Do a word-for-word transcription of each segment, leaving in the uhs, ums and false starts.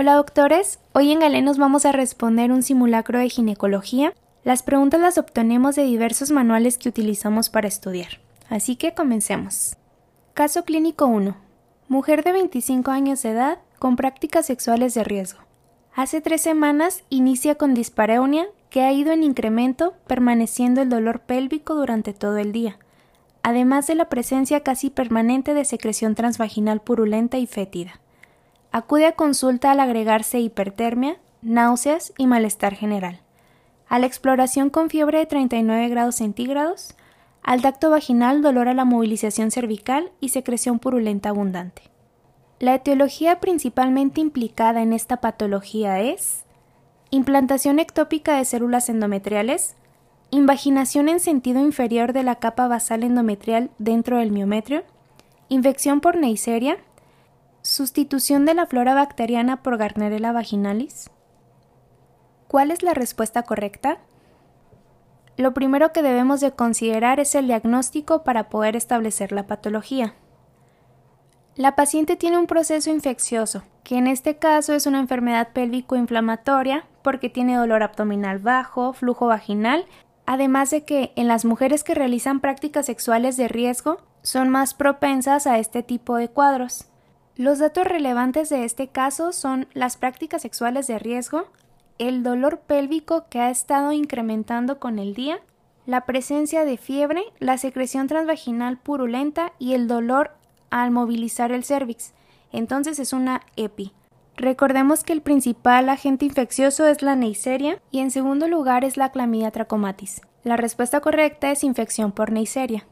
Hola doctores, hoy en Galé nos vamos a responder un simulacro de ginecología. Las preguntas las obtenemos de diversos manuales que utilizamos para estudiar. Así que comencemos. Caso clínico uno. Mujer de veinticinco años de edad con prácticas sexuales de riesgo. Hace tres semanas inicia con dispareunia que ha ido en incremento, permaneciendo el dolor pélvico durante todo el día, además de la presencia casi permanente de secreción transvaginal purulenta y fétida. Acude a consulta al agregarse hipertermia, náuseas y malestar general. A la exploración con fiebre de treinta y nueve grados centígrados, al tacto vaginal dolor a la movilización cervical y secreción purulenta abundante. La etiología principalmente implicada en esta patología es implantación ectópica de células endometriales, invaginación en sentido inferior de la capa basal endometrial dentro del miometrio, infección por Neisseria, sustitución de la flora bacteriana por Gardnerella vaginalis. ¿Cuál es la respuesta correcta? Lo primero que debemos de considerar es el diagnóstico para poder establecer la patología. La paciente tiene un proceso infeccioso, que en este caso es una enfermedad pélvico-inflamatoria porque tiene dolor abdominal bajo, flujo vaginal, además de que en las mujeres que realizan prácticas sexuales de riesgo son más propensas a este tipo de cuadros. Los datos relevantes de este caso son las prácticas sexuales de riesgo, el dolor pélvico que ha estado incrementando con el día, la presencia de fiebre, la secreción transvaginal purulenta y el dolor al movilizar el cérvix. Entonces es una EPI. Recordemos que el principal agente infeccioso es la Neisseria y en segundo lugar es la Chlamydia trachomatis. La respuesta correcta es infección por Neisseria.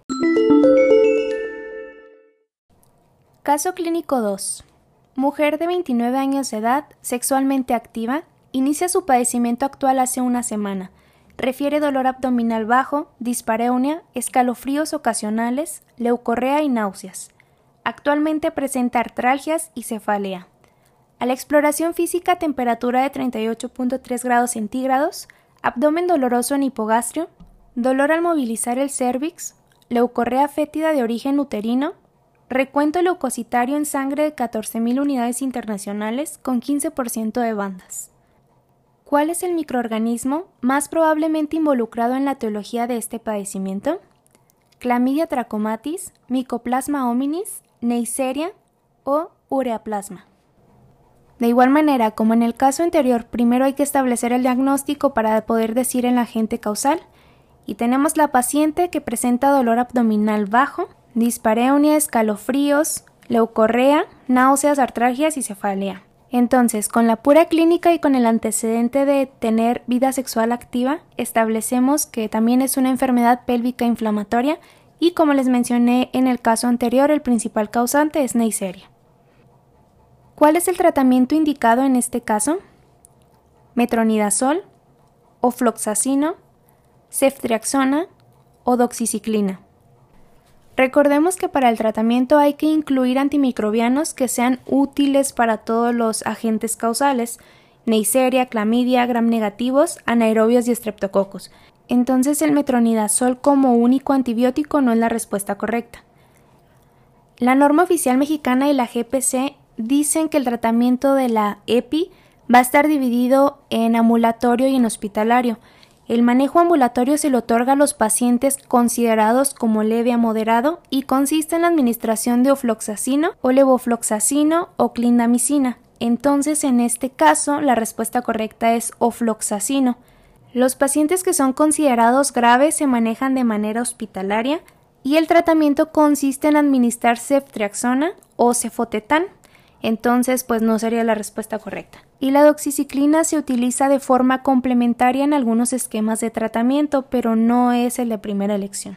Caso clínico dos. Mujer de veintinueve años de edad, sexualmente activa, inicia su padecimiento actual hace una semana. Refiere dolor abdominal bajo, dispareunia, escalofríos ocasionales, leucorrea y náuseas. Actualmente presenta artralgias y cefalea. A la exploración física, temperatura de treinta y ocho punto tres grados centígrados, abdomen doloroso en hipogastrio, dolor al movilizar el cérvix, leucorrea fétida de origen uterino, recuento leucocitario en sangre de catorce mil unidades internacionales con quince por ciento de bandas. ¿Cuál es el microorganismo más probablemente involucrado en la etiología de este padecimiento? Chlamydia trachomatis, Mycoplasma hominis, Neisseria o Ureaplasma. De igual manera, como en el caso anterior, primero hay que establecer el diagnóstico para poder decir el agente causal. Y tenemos la paciente que presenta dolor abdominal bajo, dispareunia, escalofríos, leucorrea, náuseas, artralgias y cefalea. Entonces, con la pura clínica y con el antecedente de tener vida sexual activa, establecemos que también es una enfermedad pélvica inflamatoria y, como les mencioné en el caso anterior, el principal causante es Neisseria. ¿Cuál es el tratamiento indicado en este caso? Metronidazol, ofloxacino, ceftriaxona o doxiciclina. Recordemos que para el tratamiento hay que incluir antimicrobianos que sean útiles para todos los agentes causales, Neisseria, Chlamydia, gram negativos, anaerobios y estreptococos. Entonces el metronidazol como único antibiótico no es la respuesta correcta. La norma oficial mexicana y la G P C dicen que el tratamiento de la EPI va a estar dividido en ambulatorio y en hospitalario. El manejo ambulatorio se le otorga a los pacientes considerados como leve a moderado y consiste en la administración de ofloxacino o levofloxacino o clindamicina. Entonces, en este caso, la respuesta correcta es ofloxacino. Los pacientes que son considerados graves se manejan de manera hospitalaria y el tratamiento consiste en administrar ceftriaxona o cefotetán. Entonces, pues no sería la respuesta correcta. Y la doxiciclina se utiliza de forma complementaria en algunos esquemas de tratamiento, pero no es el de primera elección.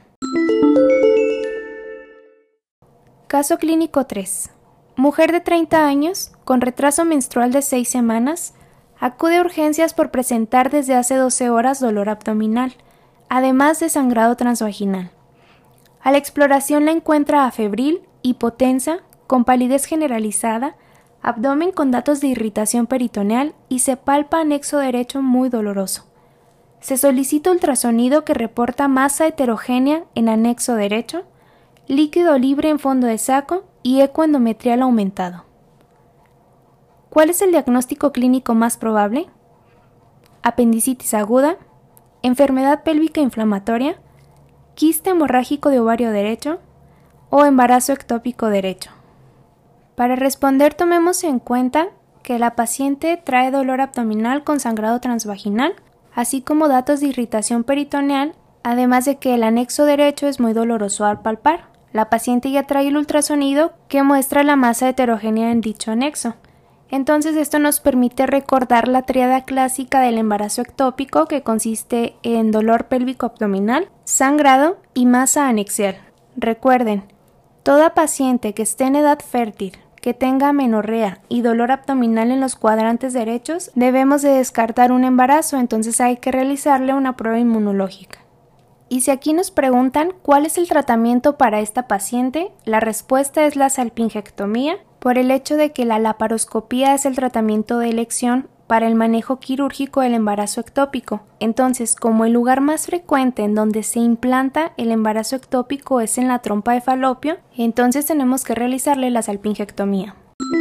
Caso clínico tres. Mujer de treinta años, con retraso menstrual de seis semanas, acude a urgencias por presentar desde hace doce horas dolor abdominal, además de sangrado transvaginal. A la exploración la encuentra afebril, hipotensa, con palidez generalizada, abdomen con datos de irritación peritoneal y se palpa anexo derecho muy doloroso. Se solicita ultrasonido que reporta masa heterogénea en anexo derecho, líquido libre en fondo de saco y eco endometrial aumentado. ¿Cuál es el diagnóstico clínico más probable? Apendicitis aguda, enfermedad pélvica inflamatoria, quiste hemorrágico de ovario derecho o embarazo ectópico derecho. Para responder, tomemos en cuenta que la paciente trae dolor abdominal con sangrado transvaginal, así como datos de irritación peritoneal, además de que el anexo derecho es muy doloroso al palpar. La paciente ya trae el ultrasonido que muestra la masa heterogénea en dicho anexo. Entonces esto nos permite recordar la tríada clásica del embarazo ectópico, que consiste en dolor pélvico abdominal, sangrado y masa anexial. Recuerden, toda paciente que esté en edad fértil, que tenga amenorrea y dolor abdominal en los cuadrantes derechos, debemos de descartar un embarazo, entonces hay que realizarle una prueba inmunológica. Y si aquí nos preguntan cuál es el tratamiento para esta paciente, la respuesta es la salpingectomía, por el hecho de que la laparoscopía es el tratamiento de elección para el manejo quirúrgico del embarazo ectópico. Entonces, como el lugar más frecuente en donde se implanta el embarazo ectópico es en la trompa de falopio, entonces tenemos que realizarle la salpingectomía.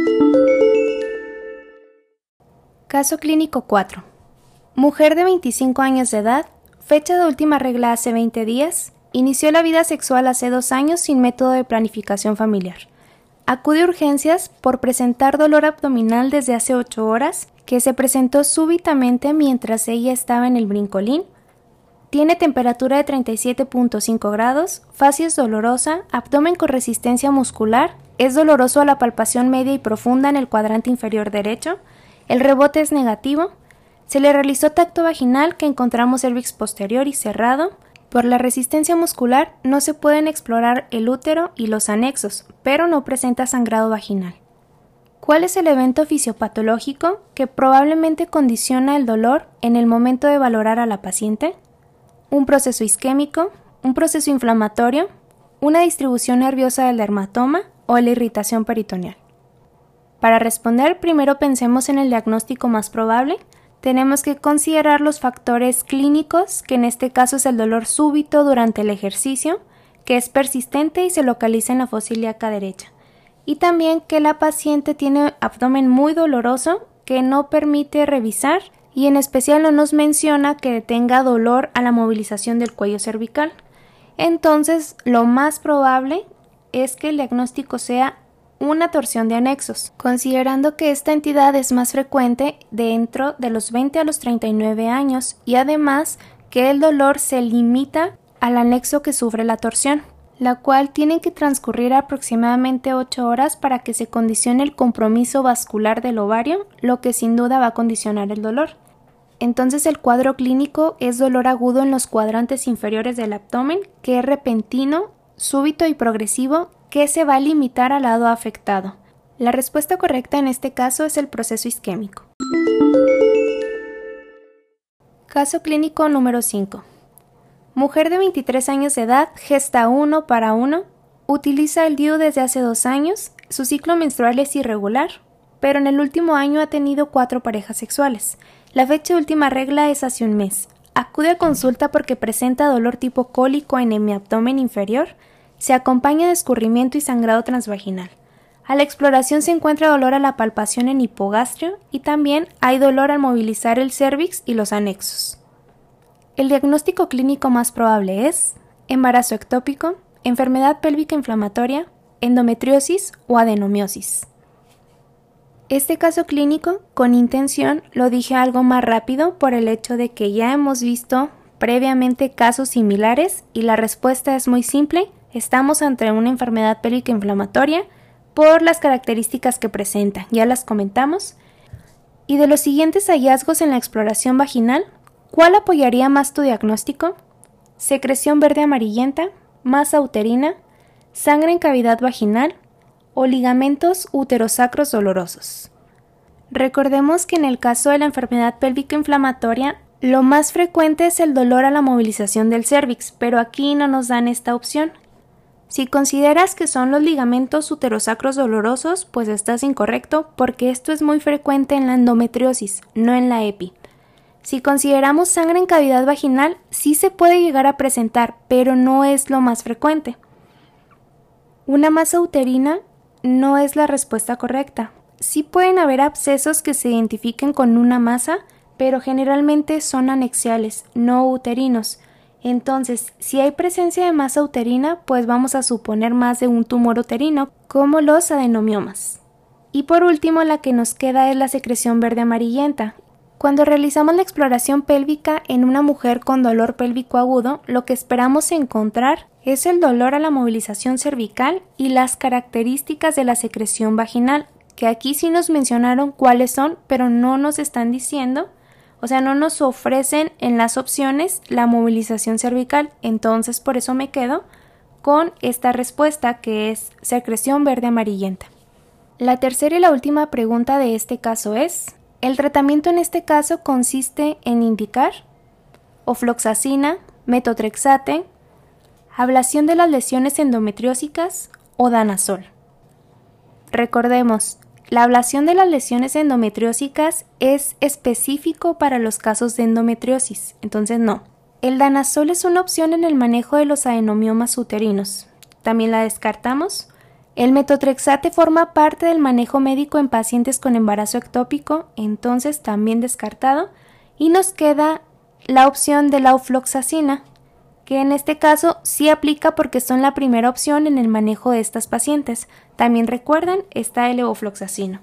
Caso clínico cuatro. Mujer de veinticinco años de edad, fecha de última regla hace veinte días, inició la vida sexual hace dos años sin método de planificación familiar. Acude a urgencias por presentar dolor abdominal desde hace ocho horas, que se presentó súbitamente mientras ella estaba en el brincolín. Tiene temperatura de treinta y siete punto cinco grados, facies dolorosa, abdomen con resistencia muscular, es doloroso a la palpación media y profunda en el cuadrante inferior derecho, el rebote es negativo, se le realizó tacto vaginal que encontramos cervix posterior y cerrado. Por la resistencia muscular no se pueden explorar el útero y los anexos, pero no presenta sangrado vaginal. ¿Cuál es el evento fisiopatológico que probablemente condiciona el dolor en el momento de valorar a la paciente? Un proceso isquémico, un proceso inflamatorio, una distribución nerviosa del dermatoma o la irritación peritoneal. Para responder, primero pensemos en el diagnóstico más probable. Tenemos que considerar los factores clínicos, que en este caso es el dolor súbito durante el ejercicio, que es persistente y se localiza en la fosa ilíaca derecha. Y también que la paciente tiene abdomen muy doloroso que no permite revisar y en especial no nos menciona que tenga dolor a la movilización del cuello cervical. Entonces, lo más probable es que el diagnóstico sea una torsión de anexos, considerando que esta entidad es más frecuente dentro de los veinte a los treinta y nueve años y además que el dolor se limita al anexo que sufre la torsión, la cual tiene que transcurrir aproximadamente ocho horas para que se condicione el compromiso vascular del ovario, lo que sin duda va a condicionar el dolor. Entonces el cuadro clínico es dolor agudo en los cuadrantes inferiores del abdomen, que es repentino, súbito y progresivo, que se va a limitar al lado afectado. La respuesta correcta en este caso es el proceso isquémico. Caso clínico número cinco. Mujer de veintitrés años de edad, gesta uno para uno, utiliza el D I U desde hace dos años, su ciclo menstrual es irregular, pero en el último año ha tenido cuatro parejas sexuales. La fecha de última regla es hace un mes. Acude a consulta porque presenta dolor tipo cólico en el abdomen inferior, se acompaña de escurrimiento y sangrado transvaginal. A la exploración se encuentra dolor a la palpación en hipogastrio y también hay dolor al movilizar el cérvix y los anexos. El diagnóstico clínico más probable es embarazo ectópico, enfermedad pélvica inflamatoria, endometriosis o adenomiosis. Este caso clínico, con intención, lo dije algo más rápido por el hecho de que ya hemos visto previamente casos similares y la respuesta es muy simple. Estamos ante una enfermedad pélvica inflamatoria por las características que presenta, ya las comentamos. Y de los siguientes hallazgos en la exploración vaginal, ¿cuál apoyaría más tu diagnóstico? Secreción verde amarillenta, masa uterina, sangre en cavidad vaginal o ligamentos uterosacros dolorosos. Recordemos que en el caso de la enfermedad pélvica inflamatoria, lo más frecuente es el dolor a la movilización del cérvix, pero aquí no nos dan esta opción. Si consideras que son los ligamentos uterosacros dolorosos, pues estás incorrecto porque esto es muy frecuente en la endometriosis, no en la epi. Si consideramos sangre en cavidad vaginal, sí se puede llegar a presentar, pero no es lo más frecuente. Una masa uterina no es la respuesta correcta. sí pueden haber abscesos que se identifiquen con una masa, pero generalmente son anexiales, no uterinos. Entonces, si hay presencia de masa uterina, pues vamos a suponer más de un tumor uterino, como los adenomiomas. Y por último, la que nos queda es la secreción verde amarillenta. Cuando realizamos la exploración pélvica en una mujer con dolor pélvico agudo, lo que esperamos encontrar es el dolor a la movilización cervical y las características de la secreción vaginal, que aquí sí nos mencionaron cuáles son, pero no nos están diciendo, o sea, no nos ofrecen en las opciones la movilización cervical. Entonces, por eso me quedo con esta respuesta, que es secreción verde amarillenta. La tercera y la última pregunta de este caso es: el tratamiento en este caso consiste en indicar ofloxacina, metotrexate, ablación de las lesiones endometriósicas o danazol. Recordemos, la ablación de las lesiones endometriósicas es específico para los casos de endometriosis, entonces no. El danazol es una opción en el manejo de los adenomiomas uterinos, también la descartamos. El metotrexate forma parte del manejo médico en pacientes con embarazo ectópico, entonces también descartado. Y nos queda la opción de la ofloxacina, que en este caso sí aplica porque son la primera opción en el manejo de estas pacientes. También recuerden, está el levofloxacino.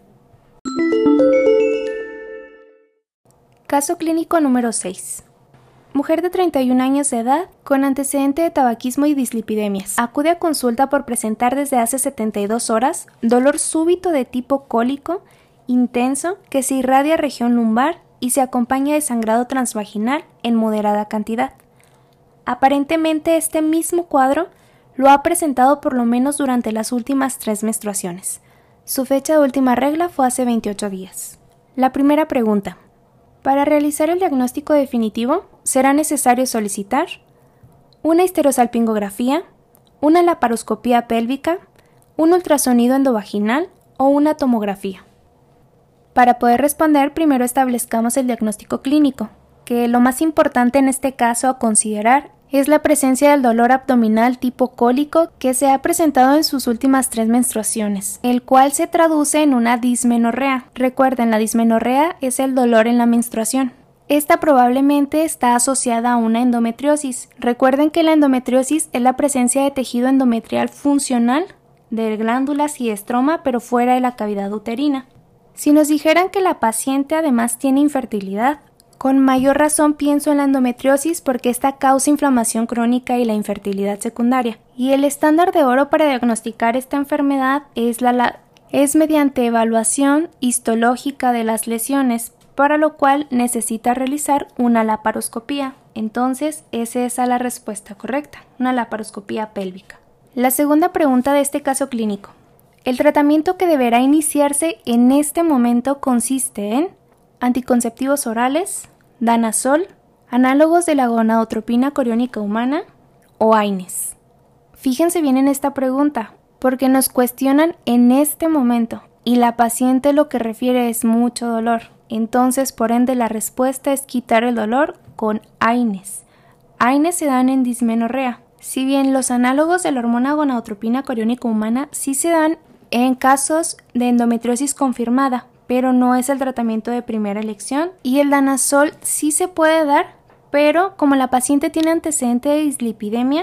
Caso clínico número seis. Mujer de treinta y un años de edad con antecedente de tabaquismo y dislipidemias. Acude a consulta por presentar desde hace setenta y dos horas dolor súbito de tipo cólico intenso que se irradia región lumbar y se acompaña de sangrado transvaginal en moderada cantidad. Aparentemente este mismo cuadro lo ha presentado por lo menos durante las últimas tres menstruaciones. Su fecha de última regla fue hace veintiocho días. La primera pregunta: para realizar el diagnóstico definitivo, será necesario solicitar una histerosalpingografía, una laparoscopía pélvica, un ultrasonido endovaginal o una tomografía. Para poder responder, primero establezcamos el diagnóstico clínico, que lo más importante en este caso a considerar es la presencia del dolor abdominal tipo cólico que se ha presentado en sus últimas tres menstruaciones, el cual se traduce en una dismenorrea. Recuerden, la dismenorrea es el dolor en la menstruación. Esta probablemente está asociada a una endometriosis. Recuerden que la endometriosis es la presencia de tejido endometrial funcional de glándulas y estroma, pero fuera de la cavidad uterina. Si nos dijeran que la paciente además tiene infertilidad, con mayor razón pienso en la endometriosis porque esta causa inflamación crónica y la infertilidad secundaria. Y el estándar de oro para diagnosticar esta enfermedad es, la, la, es mediante evaluación histológica de las lesiones, para lo cual necesita realizar una laparoscopía. Entonces, esa es la respuesta correcta, una laparoscopía pélvica. La segunda pregunta de este caso clínico: el tratamiento que deberá iniciarse en este momento consiste en anticonceptivos orales, danazol, análogos de la gonadotropina coriónica humana o AINES. Fíjense bien en esta pregunta, porque nos cuestionan en este momento y la paciente lo que refiere es mucho dolor. Entonces, por ende, la respuesta es quitar el dolor con AINES. AINES se dan en dismenorrea. Si bien los análogos de la hormona gonadotropina coriónica humana sí se dan en casos de endometriosis confirmada, pero no es el tratamiento de primera elección, y el danazol sí se puede dar, pero como la paciente tiene antecedente de dislipidemia,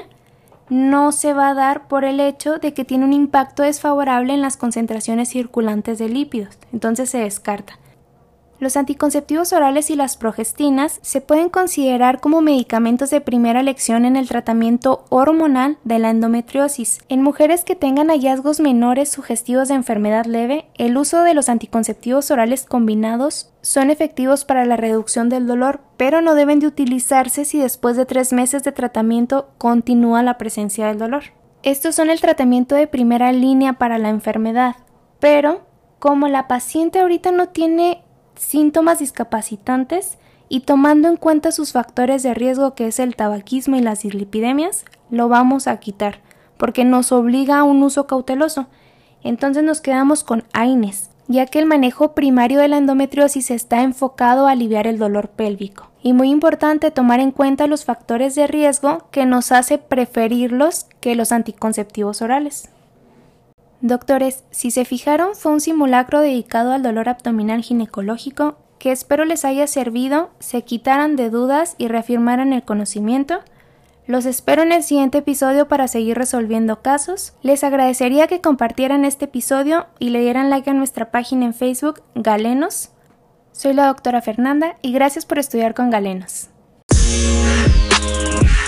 no se va a dar por el hecho de que tiene un impacto desfavorable en las concentraciones circulantes de lípidos, entonces se descarta. Los anticonceptivos orales y las progestinas se pueden considerar como medicamentos de primera elección en el tratamiento hormonal de la endometriosis. En mujeres que tengan hallazgos menores sugestivos de enfermedad leve, el uso de los anticonceptivos orales combinados son efectivos para la reducción del dolor, pero no deben de utilizarse si después de tres meses de tratamiento continúa la presencia del dolor. Estos son el tratamiento de primera línea para la enfermedad, pero como la paciente ahorita no tiene síntomas discapacitantes y tomando en cuenta sus factores de riesgo, que es el tabaquismo y las dislipidemias, lo vamos a quitar porque nos obliga a un uso cauteloso. Entonces nos quedamos con AINES, ya que el manejo primario de la endometriosis está enfocado a aliviar el dolor pélvico. Y muy importante tomar en cuenta los factores de riesgo que nos hace preferirlos que los anticonceptivos orales. Doctores, si se fijaron, fue un simulacro dedicado al dolor abdominal ginecológico que espero les haya servido, se quitaran de dudas y reafirmaran el conocimiento. Los espero en el siguiente episodio para seguir resolviendo casos. Les agradecería que compartieran este episodio y le dieran like a nuestra página en Facebook, Galenos. Soy la doctora Fernanda y gracias por estudiar con Galenos.